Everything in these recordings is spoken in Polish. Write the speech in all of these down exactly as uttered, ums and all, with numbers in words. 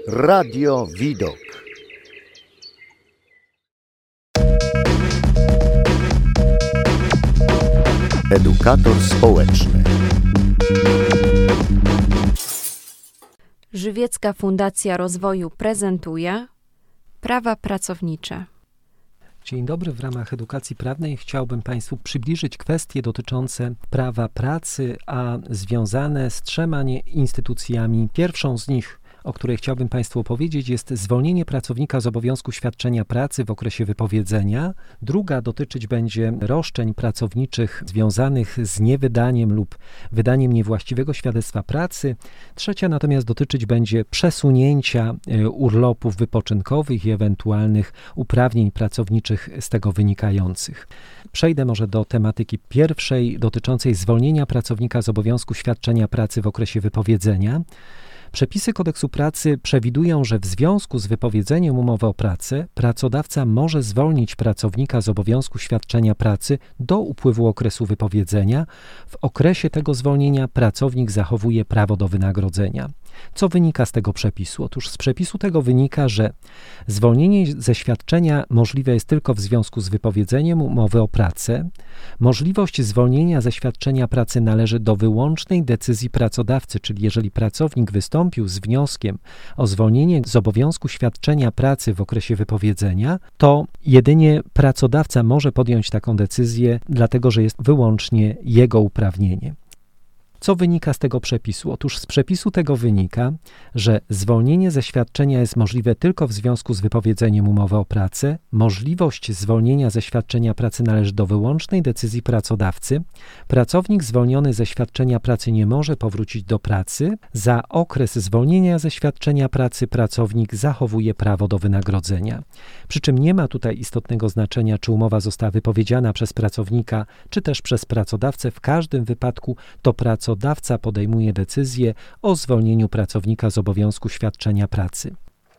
Radio Widok. Edukator społeczny. Żywiecka Fundacja Rozwoju prezentuje Prawa pracownicze. Dzień dobry, w ramach edukacji prawnej chciałbym Państwu przybliżyć kwestie dotyczące prawa pracy, a związane z trzema nie- instytucjami. Pierwszą z nich, o której chciałbym Państwu opowiedzieć, jest zwolnienie pracownika z obowiązku świadczenia pracy w okresie wypowiedzenia. Druga dotyczyć będzie roszczeń pracowniczych związanych z niewydaniem lub wydaniem niewłaściwego świadectwa pracy. Trzecia natomiast dotyczyć będzie przesunięcia e, urlopów wypoczynkowych i ewentualnych uprawnień pracowniczych z tego wynikających. Przejdę może do tematyki pierwszej, dotyczącej zwolnienia pracownika z obowiązku świadczenia pracy w okresie wypowiedzenia. Przepisy Kodeksu pracy przewidują, że w związku z wypowiedzeniem umowy o pracę pracodawca może zwolnić pracownika z obowiązku świadczenia pracy do upływu okresu wypowiedzenia. W okresie tego zwolnienia pracownik zachowuje prawo do wynagrodzenia. Co wynika z tego przepisu? Otóż z przepisu tego wynika, że zwolnienie ze świadczenia możliwe jest tylko w związku z wypowiedzeniem umowy o pracę. Możliwość zwolnienia ze świadczenia pracy należy do wyłącznej decyzji pracodawcy, czyli jeżeli pracownik wystąpił z wnioskiem o zwolnienie z obowiązku świadczenia pracy w okresie wypowiedzenia, to jedynie pracodawca może podjąć taką decyzję, dlatego że jest wyłącznie jego uprawnienie. Co wynika z tego przepisu? Otóż z przepisu tego wynika, że zwolnienie ze świadczenia jest możliwe tylko w związku z wypowiedzeniem umowy o pracę. Możliwość zwolnienia ze świadczenia pracy należy do wyłącznej decyzji pracodawcy. Pracownik zwolniony ze świadczenia pracy nie może powrócić do pracy. Za okres zwolnienia ze świadczenia pracy pracownik zachowuje prawo do wynagrodzenia. Przy czym nie ma tutaj istotnego znaczenia, czy umowa została wypowiedziana przez pracownika, czy też przez pracodawcę. W każdym wypadku to pracodawca Pracodawca podejmuje decyzję o zwolnieniu pracownika z obowiązku świadczenia pracy.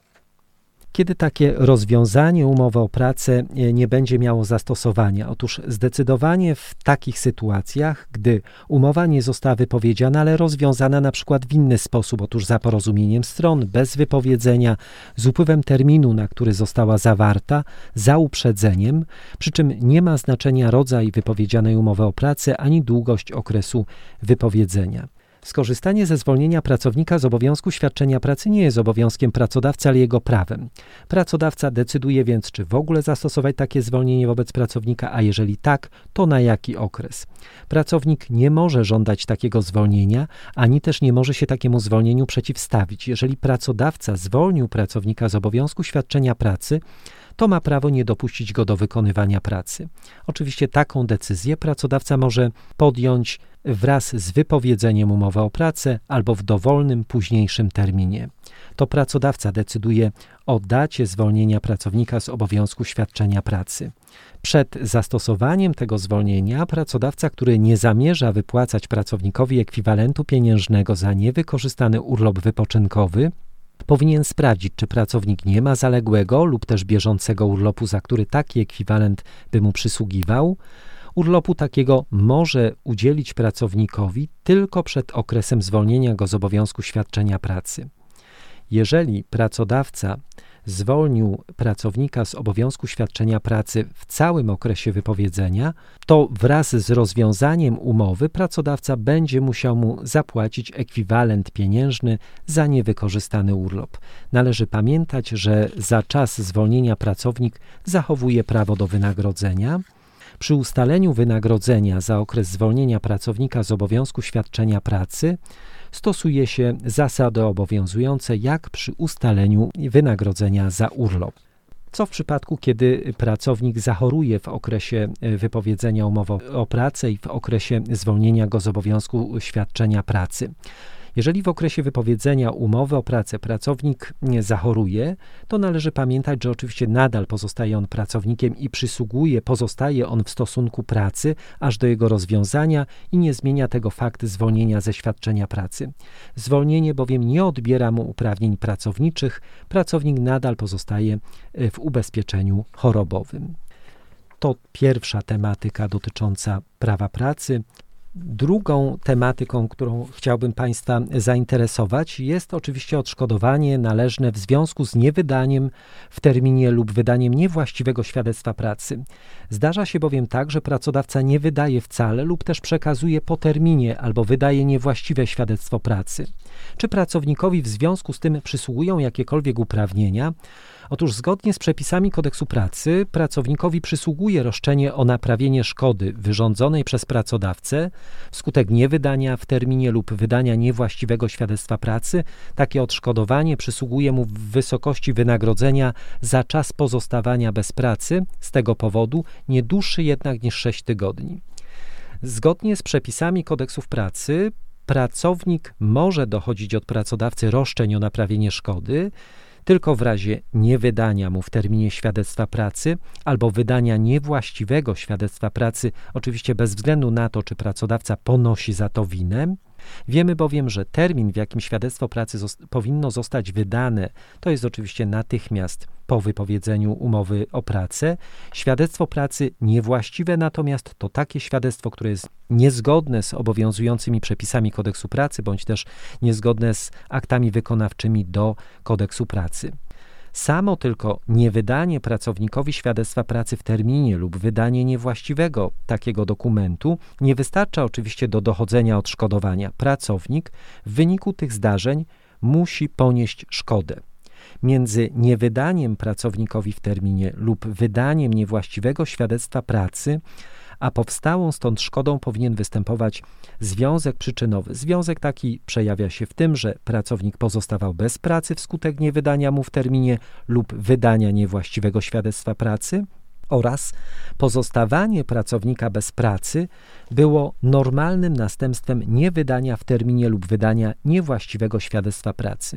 Kiedy takie rozwiązanie umowy o pracę nie będzie miało zastosowania? Otóż zdecydowanie w takich sytuacjach, gdy umowa nie została wypowiedziana, ale rozwiązana na przykład w inny sposób, otóż za porozumieniem stron, bez wypowiedzenia, z upływem terminu, na który została zawarta, za uprzedzeniem, przy czym nie ma znaczenia rodzaj wypowiedzianej umowy o pracę ani długość okresu wypowiedzenia. Skorzystanie ze zwolnienia pracownika z obowiązku świadczenia pracy nie jest obowiązkiem pracodawcy, ale jego prawem. Pracodawca decyduje więc, czy w ogóle zastosować takie zwolnienie wobec pracownika, a jeżeli tak, to na jaki okres. Pracownik nie może żądać takiego zwolnienia, ani też nie może się takiemu zwolnieniu przeciwstawić. Jeżeli pracodawca zwolnił pracownika z obowiązku świadczenia pracy, to ma prawo nie dopuścić go do wykonywania pracy. Oczywiście taką decyzję pracodawca może podjąć wraz z wypowiedzeniem umowy o pracę albo w dowolnym, późniejszym terminie. To pracodawca decyduje o dacie zwolnienia pracownika z obowiązku świadczenia pracy. Przed zastosowaniem tego zwolnienia pracodawca, który nie zamierza wypłacać pracownikowi ekwiwalentu pieniężnego za niewykorzystany urlop wypoczynkowy, powinien sprawdzić, czy pracownik nie ma zaległego lub też bieżącego urlopu, za który taki ekwiwalent by mu przysługiwał. Urlopu takiego może udzielić pracownikowi tylko przed okresem zwolnienia go z obowiązku świadczenia pracy. Jeżeli pracodawca zwolnił pracownika z obowiązku świadczenia pracy w całym okresie wypowiedzenia, to wraz z rozwiązaniem umowy pracodawca będzie musiał mu zapłacić ekwiwalent pieniężny za niewykorzystany urlop. Należy pamiętać, że za czas zwolnienia pracownik zachowuje prawo do wynagrodzenia. Przy ustaleniu wynagrodzenia za okres zwolnienia pracownika z obowiązku świadczenia pracy stosuje się zasady obowiązujące jak przy ustaleniu wynagrodzenia za urlop. Co w przypadku, kiedy pracownik zachoruje w okresie wypowiedzenia umowy o pracę i w okresie zwolnienia go z obowiązku świadczenia pracy? Jeżeli w okresie wypowiedzenia umowy o pracę pracownik zachoruje, to należy pamiętać, że oczywiście nadal pozostaje on pracownikiem i przysługuje, pozostaje on w stosunku pracy aż do jego rozwiązania i nie zmienia tego fakt zwolnienia ze świadczenia pracy. Zwolnienie bowiem nie odbiera mu uprawnień pracowniczych, pracownik nadal pozostaje w ubezpieczeniu chorobowym. To pierwsza tematyka dotycząca prawa pracy. Drugą tematyką, którą chciałbym Państwa zainteresować, jest oczywiście odszkodowanie należne w związku z niewydaniem w terminie lub wydaniem niewłaściwego świadectwa pracy. Zdarza się bowiem tak, że pracodawca nie wydaje wcale lub też przekazuje po terminie albo wydaje niewłaściwe świadectwo pracy. Czy pracownikowi w związku z tym przysługują jakiekolwiek uprawnienia? Otóż zgodnie z przepisami Kodeksu pracy pracownikowi przysługuje roszczenie o naprawienie szkody wyrządzonej przez pracodawcę wskutek niewydania w terminie lub wydania niewłaściwego świadectwa pracy. Takie odszkodowanie przysługuje mu w wysokości wynagrodzenia za czas pozostawania bez pracy z tego powodu, nie dłuższy jednak niż sześć tygodni. Zgodnie z przepisami Kodeksów pracy pracownik może dochodzić od pracodawcy roszczeń o naprawienie szkody tylko w razie niewydania mu w terminie świadectwa pracy albo wydania niewłaściwego świadectwa pracy, oczywiście bez względu na to, czy pracodawca ponosi za to winę. Wiemy bowiem, że termin, w jakim świadectwo pracy zost- powinno zostać wydane, to jest oczywiście natychmiast po wypowiedzeniu umowy o pracę. Świadectwo pracy niewłaściwe natomiast to takie świadectwo, które jest niezgodne z obowiązującymi przepisami Kodeksu pracy, bądź też niezgodne z aktami wykonawczymi do Kodeksu pracy. Samo tylko niewydanie pracownikowi świadectwa pracy w terminie lub wydanie niewłaściwego takiego dokumentu nie wystarcza oczywiście do dochodzenia odszkodowania. Pracownik w wyniku tych zdarzeń musi ponieść szkodę. Między niewydaniem pracownikowi w terminie lub wydaniem niewłaściwego świadectwa pracy a powstałą stąd szkodą powinien występować związek przyczynowy. Związek taki przejawia się w tym, że pracownik pozostawał bez pracy wskutek niewydania mu w terminie lub wydania niewłaściwego świadectwa pracy oraz pozostawanie pracownika bez pracy było normalnym następstwem niewydania w terminie lub wydania niewłaściwego świadectwa pracy.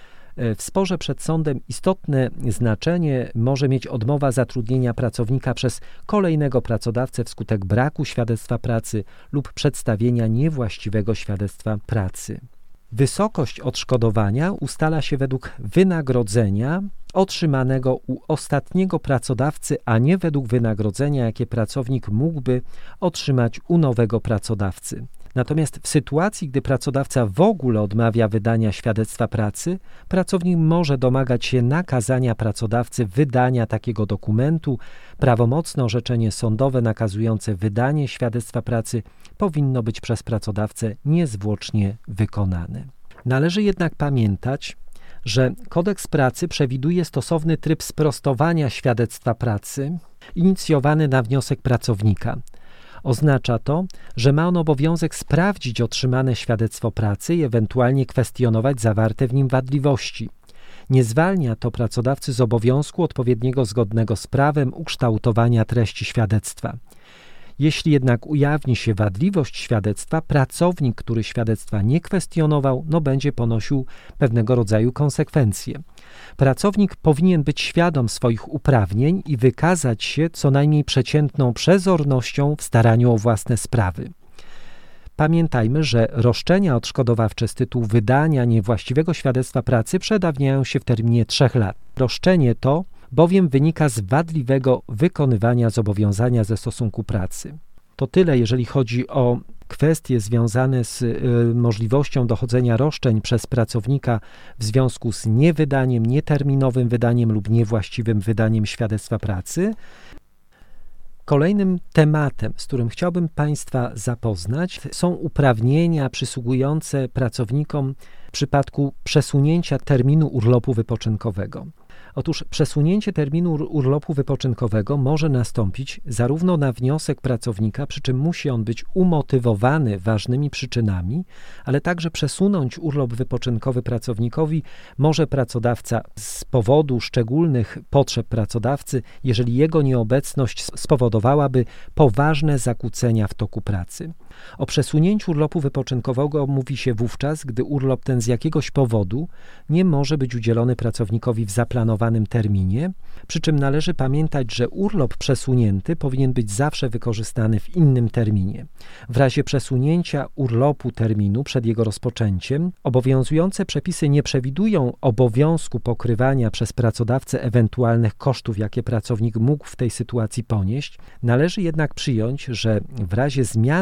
W sporze przed sądem istotne znaczenie może mieć odmowa zatrudnienia pracownika przez kolejnego pracodawcę wskutek braku świadectwa pracy lub przedstawienia niewłaściwego świadectwa pracy. Wysokość odszkodowania ustala się według wynagrodzenia otrzymanego u ostatniego pracodawcy, a nie według wynagrodzenia, jakie pracownik mógłby otrzymać u nowego pracodawcy. Natomiast w sytuacji, gdy pracodawca w ogóle odmawia wydania świadectwa pracy, pracownik może domagać się nakazania pracodawcy wydania takiego dokumentu. Prawomocne orzeczenie sądowe nakazujące wydanie świadectwa pracy powinno być przez pracodawcę niezwłocznie wykonane. Należy jednak pamiętać, że Kodeks pracy przewiduje stosowny tryb sprostowania świadectwa pracy inicjowany na wniosek pracownika. Oznacza to, że ma on obowiązek sprawdzić otrzymane świadectwo pracy i ewentualnie kwestionować zawarte w nim wadliwości. Nie zwalnia to pracodawcy z obowiązku odpowiedniego zgodnego z prawem ukształtowania treści świadectwa. Jeśli jednak ujawni się wadliwość świadectwa, pracownik, który świadectwa nie kwestionował, no będzie ponosił pewnego rodzaju konsekwencje. Pracownik powinien być świadom swoich uprawnień i wykazać się co najmniej przeciętną przezornością w staraniu o własne sprawy. Pamiętajmy, że roszczenia odszkodowawcze z tytułu wydania niewłaściwego świadectwa pracy przedawniają się w terminie trzech lat. Roszczenie to bowiem wynika z wadliwego wykonywania zobowiązania ze stosunku pracy. To tyle, jeżeli chodzi o kwestie związane z y, możliwością dochodzenia roszczeń przez pracownika w związku z niewydaniem, nieterminowym wydaniem lub niewłaściwym wydaniem świadectwa pracy. Kolejnym tematem, z którym chciałbym Państwa zapoznać, są uprawnienia przysługujące pracownikom w przypadku przesunięcia terminu urlopu wypoczynkowego. Otóż przesunięcie terminu urlopu wypoczynkowego może nastąpić zarówno na wniosek pracownika, przy czym musi on być umotywowany ważnymi przyczynami, ale także przesunąć urlop wypoczynkowy pracownikowi może pracodawca z powodu szczególnych potrzeb pracodawcy, jeżeli jego nieobecność spowodowałaby poważne zakłócenia w toku pracy. O przesunięciu urlopu wypoczynkowego mówi się wówczas, gdy urlop ten z jakiegoś powodu nie może być udzielony pracownikowi w zaplanowanym terminie, przy czym należy pamiętać, że urlop przesunięty powinien być zawsze wykorzystany w innym terminie. W razie przesunięcia urlopu terminu przed jego rozpoczęciem obowiązujące przepisy nie przewidują obowiązku pokrywania przez pracodawcę ewentualnych kosztów, jakie pracownik mógł w tej sytuacji ponieść. Należy jednak przyjąć, że w razie zmiany terminu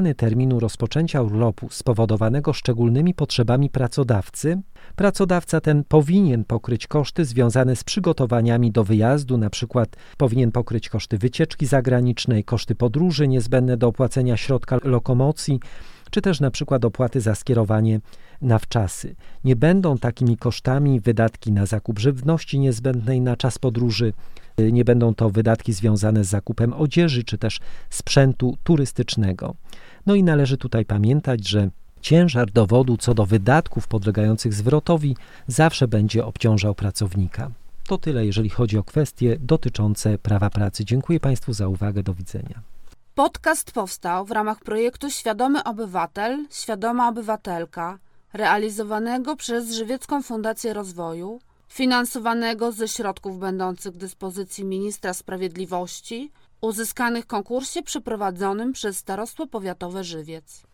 terminu rozpoczęcia urlopu spowodowanego szczególnymi potrzebami pracodawcy, pracodawca ten powinien pokryć koszty związane z przygotowaniami do wyjazdu, na przykład powinien pokryć koszty wycieczki zagranicznej, koszty podróży niezbędne do opłacenia środka lokomocji, czy też na przykład opłaty za skierowanie na wczasy. Nie będą takimi kosztami wydatki na zakup żywności niezbędnej na czas podróży, nie będą to wydatki związane z zakupem odzieży, czy też sprzętu turystycznego. No i należy tutaj pamiętać, że ciężar dowodu co do wydatków podlegających zwrotowi zawsze będzie obciążał pracownika. To tyle, jeżeli chodzi o kwestie dotyczące prawa pracy. Dziękuję Państwu za uwagę. Do widzenia. Podcast powstał w ramach projektu Świadomy Obywatel, Świadoma Obywatelka, realizowanego przez Żywiecką Fundację Rozwoju, finansowanego ze środków będących w dyspozycji Ministra Sprawiedliwości, uzyskanych w konkursie przeprowadzonym przez Starostwo Powiatowe Żywiec.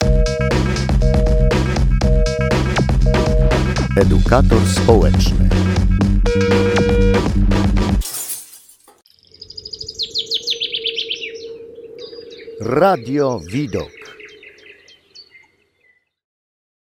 Edukator społeczny. Radio Widok.